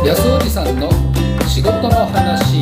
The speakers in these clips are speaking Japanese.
安おじさんの仕事の話。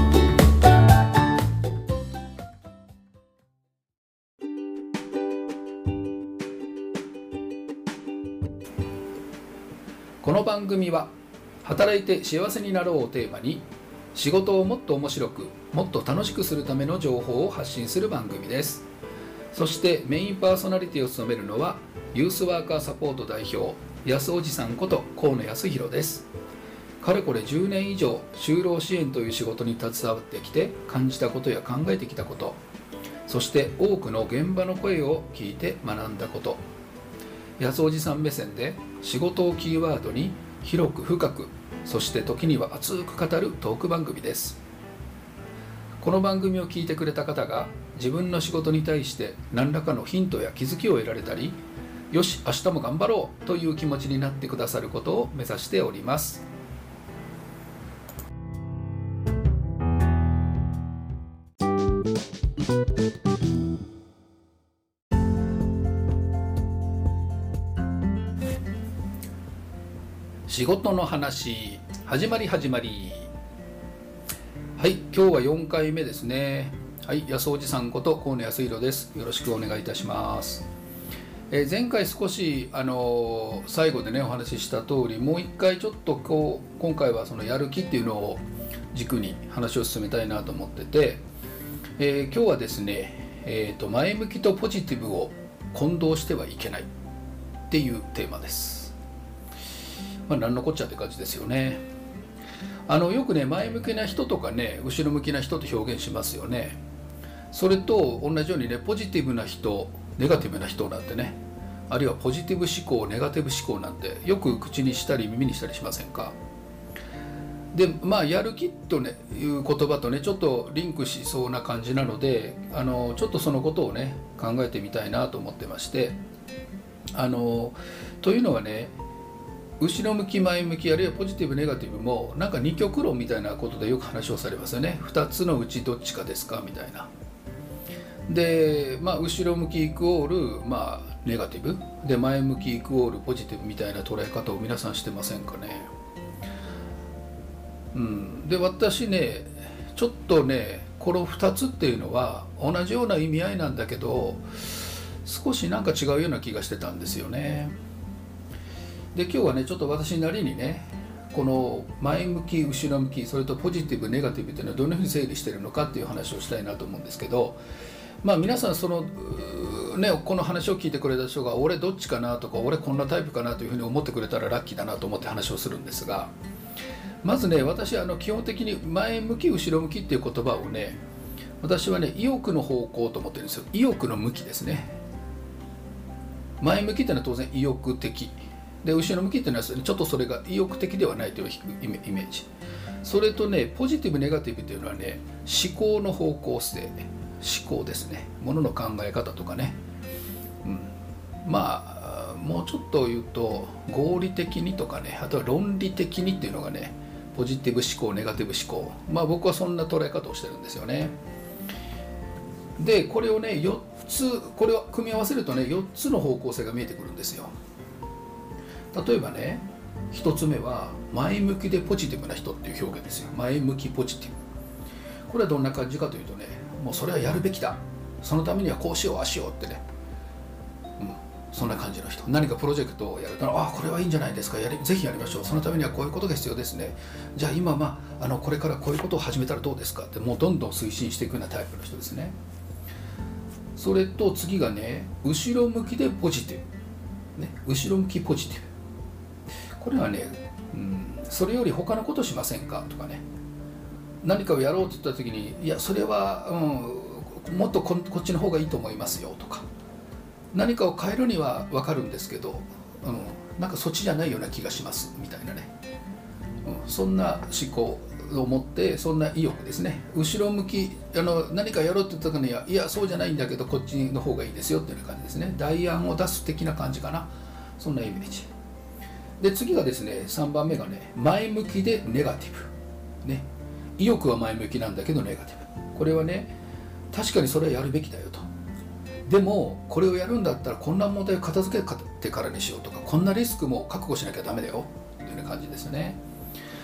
この番組は働いて幸せになろうをテーマに、仕事をもっと面白くもっと楽しくするための情報を発信する番組です。そしてメインパーソナリティを務めるのはユースワーカーサポート代表安おじさんこと河野康弘です。かれこれ10年以上就労支援という仕事に携わってきて感じたことや考えてきたこと、そして多くの現場の声を聞いて学んだこと、安おじさん目線で仕事をキーワードに広く深く、そして時には熱く語るトーク番組です。この番組を聞いてくれた方が自分の仕事に対して何らかのヒントや気づきを得られたり、よし明日も頑張ろうという気持ちになってくださることを目指しております。仕事の話、始まり。はい、今日は4回目ですね。はい、安おじさんこと河野康弘です。よろしくお願いいたします。前回少し最後でねお話しした通り、もう一回ちょっと今回はそのやる気っていうのを軸に話を進めたいなと思ってて、今日はですね、前向きとポジティブを混同してはいけないっていうテーマです。何のこっちゃって感じですよね。よくね前向きな人とかね後ろ向きな人と表現しますよね。それと同じようにねポジティブな人ネガティブな人なんてね、あるいはポジティブ思考ネガティブ思考なんてよく口にしたり耳にしたりしませんか。でやる気とねいう言葉とねちょっとリンクしそうな感じなので、ちょっとそのことをね考えてみたいなと思ってまして、というのはね、後ろ向き前向きあるいはポジティブネガティブもなんか二極論みたいなことでよく話をされますよね。2つのうちどっちかですかみたいな。で後ろ向きイコールネガティブで、前向きイコールポジティブみたいな捉え方を皆さんしてませんかね。で私ねちょっとねこの2つっていうのは同じような意味合いなんだけど少しなんか違うような気がしてたんですよね。で今日はねちょっと私なりにねこの前向き後ろ向きそれとポジティブネガティブっていうのはどんなふうに整理してるのかっていう話をしたいなと思うんですけど、皆さんこの話を聞いてくれた人が俺どっちかなとか俺こんなタイプかなというふうに思ってくれたらラッキーだなと思って話をするんですが、まずね私基本的に前向き後ろ向きっていう言葉をね、私はね意欲の方向と思ってるんですよ。意欲の向きですね。前向きっていうのは当然意欲的で、後ろ向きっていうのはちょっとそれが意欲的ではないというイメージ。それとねポジティブネガティブっていうのはね思考の方向性、思考ですね。ものの考え方とかね、もうちょっと言うと合理的にとかね、あとは論理的にっていうのがねポジティブ思考ネガティブ思考、僕はそんな捉え方をしてるんですよね。でこれをね4つこれを組み合わせるとね4つの方向性が見えてくるんですよ。例えばね1つ目は前向きでポジティブな人っていう表現ですよ。前向きポジティブ、これはどんな感じかというとね、もうそれはやるべきだ、そのためにはこうしようああしようってね、そんな感じの人。何かプロジェクトをやるとこれはいいんじゃないですか、ぜひやりましょう、そのためにはこういうことが必要ですね、じゃあ今これからこういうことを始めたらどうですかって、もうどんどん推進していくようなタイプの人ですね。それと次がね後ろ向きでポジティブ、後ろ向きポジティブ、これはね、それより他のことしませんかとかね、何かをやろうと言った時にいやそれは、もっとこっちの方がいいと思いますよとか、何かを変えるには分かるんですけど、なんかそっちじゃないような気がしますみたいなね、そんな思考を持って、そんな意欲ですね。後ろ向き何かやろうって言った時にはいやそうじゃないんだけどこっちの方がいいですよっていう感じですね。代案を出す的な感じかな、そんなイメージで、次がですね3番目がね前向きでネガティブね。意欲は前向きなんだけどネガティブ、これはね確かにそれはやるべきだよと、でもこれをやるんだったらこんな問題を片付けてからにしようとか、こんなリスクも覚悟しなきゃダメだよっていうような感じですね。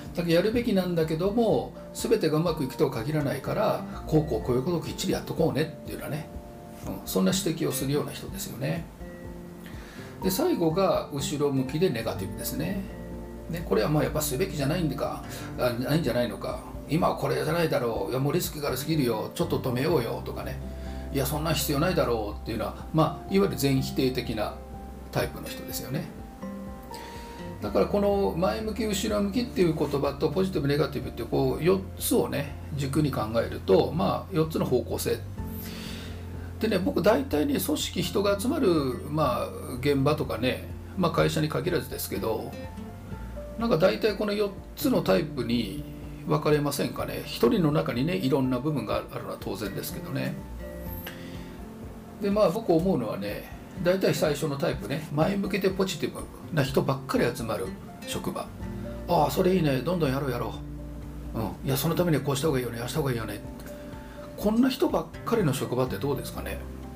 だからやるべきなんだけども全てがうまくいくとは限らないからこういうことをきっちりやっとこうねっていうのはね、そんな指摘をするような人ですよね。で最後が後ろ向きでネガティブですね。でこれはまあやっぱすべきじゃないんでかないんじゃないのか、今はこれじゃないだろう、いやもうリスクがありすぎるよ、ちょっと止めようよとかね、いやそんな必要ないだろうっていうのは、まあいわゆる全否定的なタイプの人ですよね。だからこの前向き後ろ向きっていう言葉とポジティブネガティブっていうこう4つをね軸に考えると、まあ4つの方向性でね、僕大体ね組織人が集まる、まあ、現場とかね、まあ、会社に限らずですけど、なんか大体この4つのタイプに分かれませんかね。一人の中にねいろんな部分があるのは当然ですけどね。でまあ僕思うのはね、大体最初のタイプね、前向きでポジティブな人ばっかり集まる職場、ああそれいいね、どんどんやろう、いやそのためにはこうした方がいいよね、ああした方がいいよね、こんな人ばっかりの職場ってどうですかね。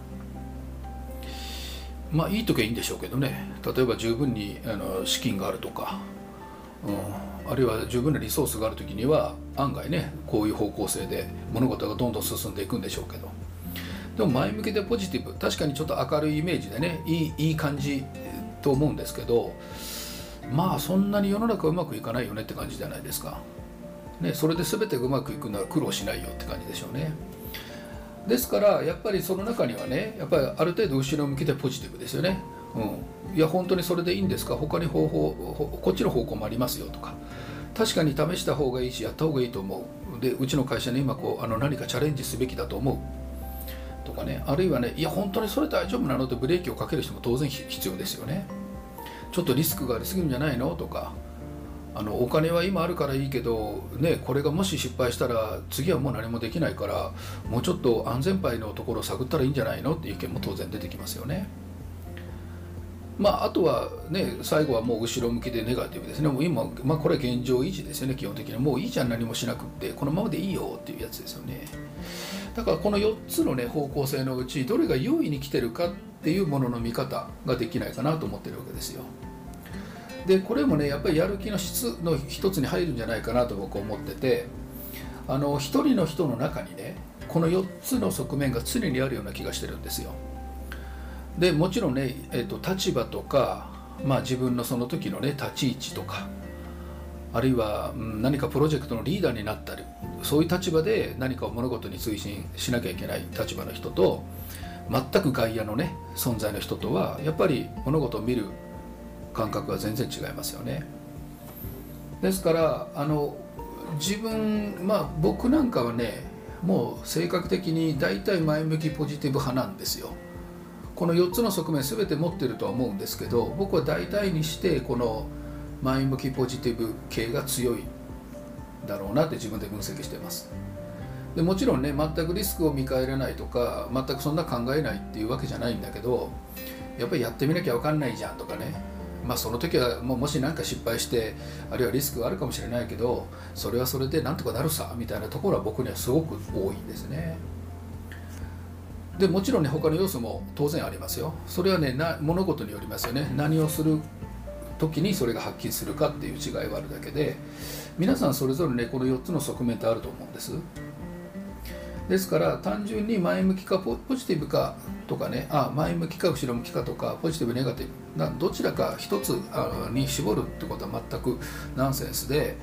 まあいい時はいいんでしょうけどね、例えば十分に資金があるとか、あるいは十分なリソースがある時には案外ねこういう方向性で物事がどんどん進んでいくんでしょうけど、でも前向きでポジティブ、確かにちょっと明るいイメージでねいい感じと思うんですけど、まあそんなに世の中うまくいかないよねって感じじゃないですか、ね、それで全てがうまくいくなら苦労しないよって感じでしょうね。ですからやっぱりその中にはね、やっぱりある程度後ろ向きでポジティブですよね。いや本当にそれでいいんですか、他に方法こっちの方向もありますよとか、確かに試した方がいいしやった方がいいと思う、でうちの会社に今何かチャレンジすべきだと思うとかね、あるいはね、いや本当にそれ大丈夫なのってブレーキをかける人も当然必要ですよね。ちょっとリスクがありすぎるんじゃないのとか、お金は今あるからいいけど、ね、これがもし失敗したら次はもう何もできないからもうちょっと安全牌のところを探ったらいいんじゃないのっていう意見も当然出てきますよね。まあ、あとはね最後はもう後ろ向きでネガティブですね。もう今、まあ、これは現状維持ですよね。基本的にもういいじゃん何もしなくってこのままでいいよっていうやつですよね。だからこの4つのね方向性のうちどれが優位に来てるかっていうものの見方ができないかなと思ってるわけですよ。でこれもねやっぱりやる気の質の一つに入るんじゃないかなと僕は思ってて、一人の人の中にねこの4つの側面が常にあるような気がしてるんですよ。でもちろんね、立場とか、まあ、自分のその時のね立ち位置とか、あるいは何かプロジェクトのリーダーになったり、そういう立場で何か物事に推進しなきゃいけない立場の人と、全く外野のね存在の人とはやっぱり物事を見る感覚は全然違いますよね。ですから自分、まあ僕なんかはねもう性格的に大体前向きポジティブ派なんですよ。この4つの側面全て持ってるとは思うんですけど、僕は大体にしてこの前向きポジティブ系が強いだろうなって自分で分析しています。でもちろんね全くリスクを見返れないとか全くそんな考えないっていうわけじゃないんだけど、やっぱりやってみなきゃ分かんないじゃんとかね、まあその時はもし何か失敗してあるいはリスクがあるかもしれないけどそれはそれでなんとかなるさみたいなところは僕にはすごく多いんですね。でもちろんね他の要素も当然ありますよ。それはね物事によりますよね。何をする時にそれが発揮するかっていう違いはあるだけで、皆さんそれぞれねこの4つの側面ってあると思うんです。ですから単純に前向きかポジティブかとかね、前向きか後ろ向きかとかポジティブネガティブどちらか一つに絞るってことは全くナンセンスで、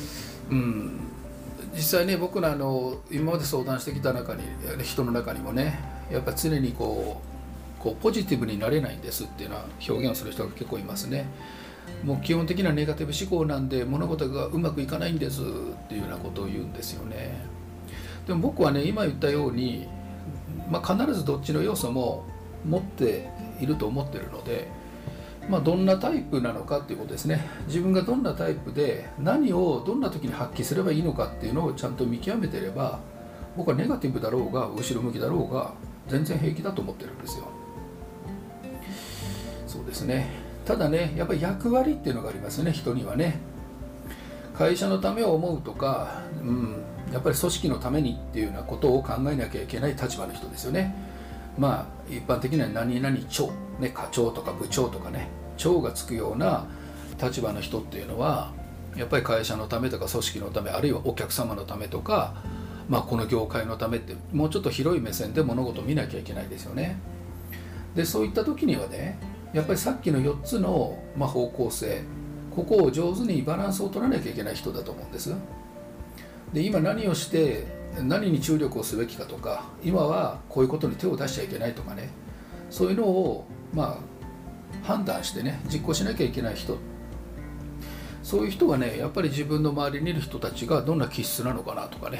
実際ね僕の今まで相談してきた人の中にもねやっぱ常にこうポジティブになれないんですっていうような表現をする人が結構いますね。もう基本的なネガティブ思考なんで物事がうまくいかないんですっていうようなことを言うんですよね。でも僕はね今言ったように、必ずどっちの要素も持っていると思ってるので、どんなタイプなのかっていうことですね。自分がどんなタイプで何をどんな時に発揮すればいいのかっていうのをちゃんと見極めてれば、僕はネガティブだろうが後ろ向きだろうが全然平気だと思ってるんですよ。そうですね。ただねやっぱり役割っていうのがありますね。人にはね会社のためを思うとか、やっぱり組織のためにっていうようなことを考えなきゃいけない立場の人ですよね。一般的には何々長、課長とか部長とかね長がつくような立場の人っていうのはやっぱり会社のためとか組織のため、あるいはお客様のためとか、この業界のためってもうちょっと広い目線で物事を見なきゃいけないですよね。でそういった時にはね、やっぱりさっきの4つの、方向性、ここを上手にバランスを取らなきゃいけない人だと思うんです。で今何をして何に注力をすべきかとか、今はこういうことに手を出しちゃいけないとかね、そういうのを判断してね、実行しなきゃいけない人、そういう人がね、やっぱり自分の周りにいる人たちがどんな気質なのかなとかね、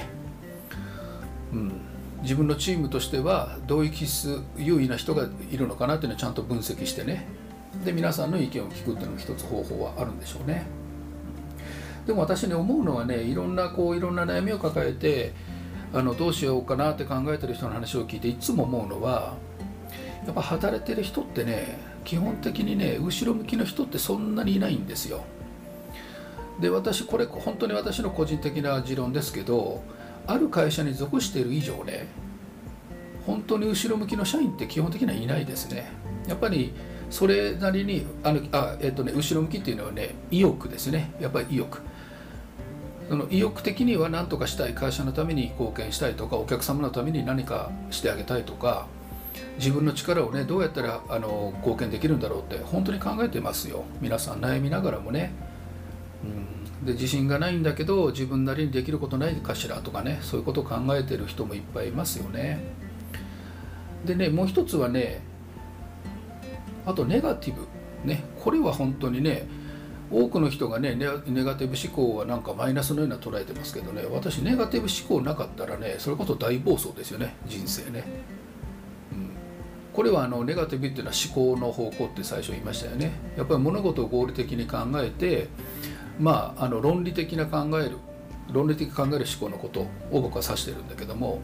自分のチームとしてはどういう気質優位な人がいるのかなっていうのをちゃんと分析してね、で皆さんの意見を聞くっていうのも一つ方法はあるんでしょうね。でも私ね、思うのはね、いろんな悩みを抱えてどうしようかなって考えてる人の話を聞いていつも思うのは、やっぱ働いてる人ってね、基本的にね、後ろ向きの人ってそんなにいないんですよ。でこれ本当に私の個人的な持論ですけど、ある会社に属している以上ね、本当に後ろ向きの社員って基本的にはいないですね。やっぱりそれなりに後ろ向きっていうのはね、意欲ですね。やっぱり意欲、その意欲的には何とかしたい、会社のために貢献したいとか、お客様のために何かしてあげたいとか、自分の力をね、どうやったら貢献できるんだろうって本当に考えてますよ。皆さん悩みながらもね、で自信がないんだけど自分なりにできることないかしらとかね、そういうことを考えてる人もいっぱいいますよね。でね、もう一つはね、あとネガティブね、これは本当にね、多くの人がね、ネガティブ思考はなんかマイナスのような捉えてますけどね、私ネガティブ思考なかったらね、それこそ大暴走ですよね、人生ね。これはネガティブっていうのは思考の方向って最初言いましたよね。やっぱり物事を合理的に考えて、論理的考える思考のことを僕は指してるんだけども、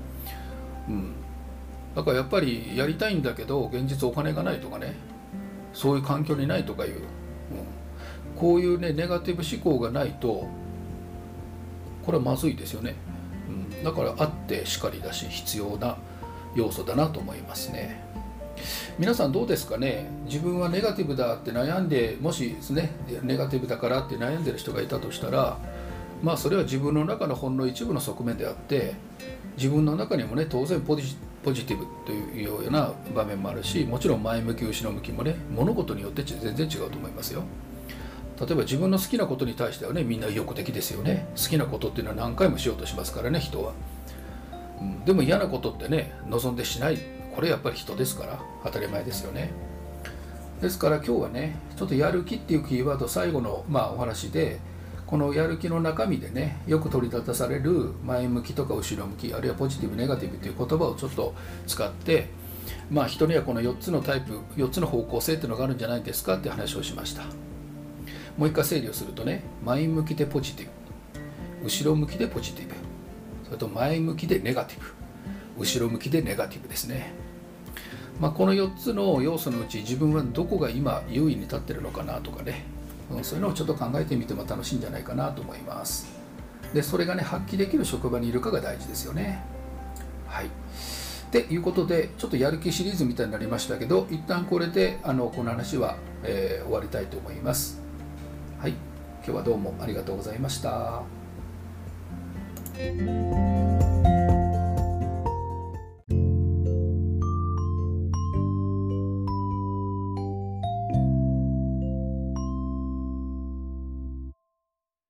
だからやっぱりやりたいんだけど現実お金がないとかね、そういう環境にないとかいう、こういうねネガティブ思考がないとこれはまずいですよね。だからあってしかりだし、必要な要素だなと思いますね。皆さんどうですかね。自分はネガティブだって悩んで、もしですね、ネガティブだからって悩んでる人がいたとしたら、それは自分の中のほんの一部の側面であって、自分の中にもね、当然ポジティブというような場面もあるし、もちろん前向き後ろ向きもね、物事によって全然違うと思いますよ。例えば自分の好きなことに対してはね、みんな意欲的ですよね。好きなことっていうのは何回もしようとしますからね、人は。でも嫌なことってね、望んでしない。これやっぱり人ですから当たり前ですよね。ですから今日はね、ちょっとやる気っていうキーワード、最後のお話で、このやる気の中身でね、よく取り立たされる前向きとか後ろ向き、あるいはポジティブネガティブという言葉をちょっと使って、人にはこの4つのタイプ、4つの方向性っていうのがあるんじゃないですかって話をしました。もう一回整理をするとね、前向きでポジティブ、後ろ向きでポジティブ、それと前向きでネガティブ、後ろ向きでネガティブですね。この4つの要素のうち自分はどこが今優位に立ってるのかなとかね、そういうのをちょっと考えてみても楽しいんじゃないかなと思います。でそれがね、発揮できる職場にいるかが大事ですよね。はい。ということで、ちょっとやる気シリーズみたいになりましたけど、一旦これでこの話は、終わりたいと思います。はい。今日はどうもありがとうございました。